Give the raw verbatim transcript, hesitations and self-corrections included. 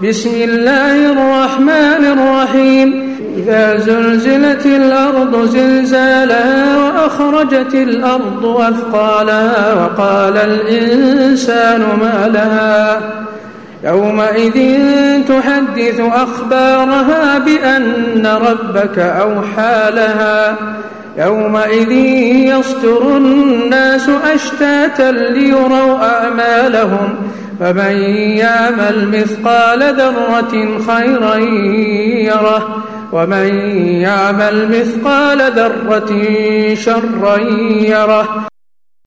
بسم الله الرحمن الرحيم إذا زلزلت الأرض زلزالها وأخرجت الأرض أثقالها وقال الإنسان ما لها يومئذ تحدث أخبارها بأن ربك أوحى لها يومئذ يصدر الناس أشتاتا ليروا أعمالهم فمن يعمل مثقال ذرة خيرا يره ومن يعمل مثقال ذرة شرا يره.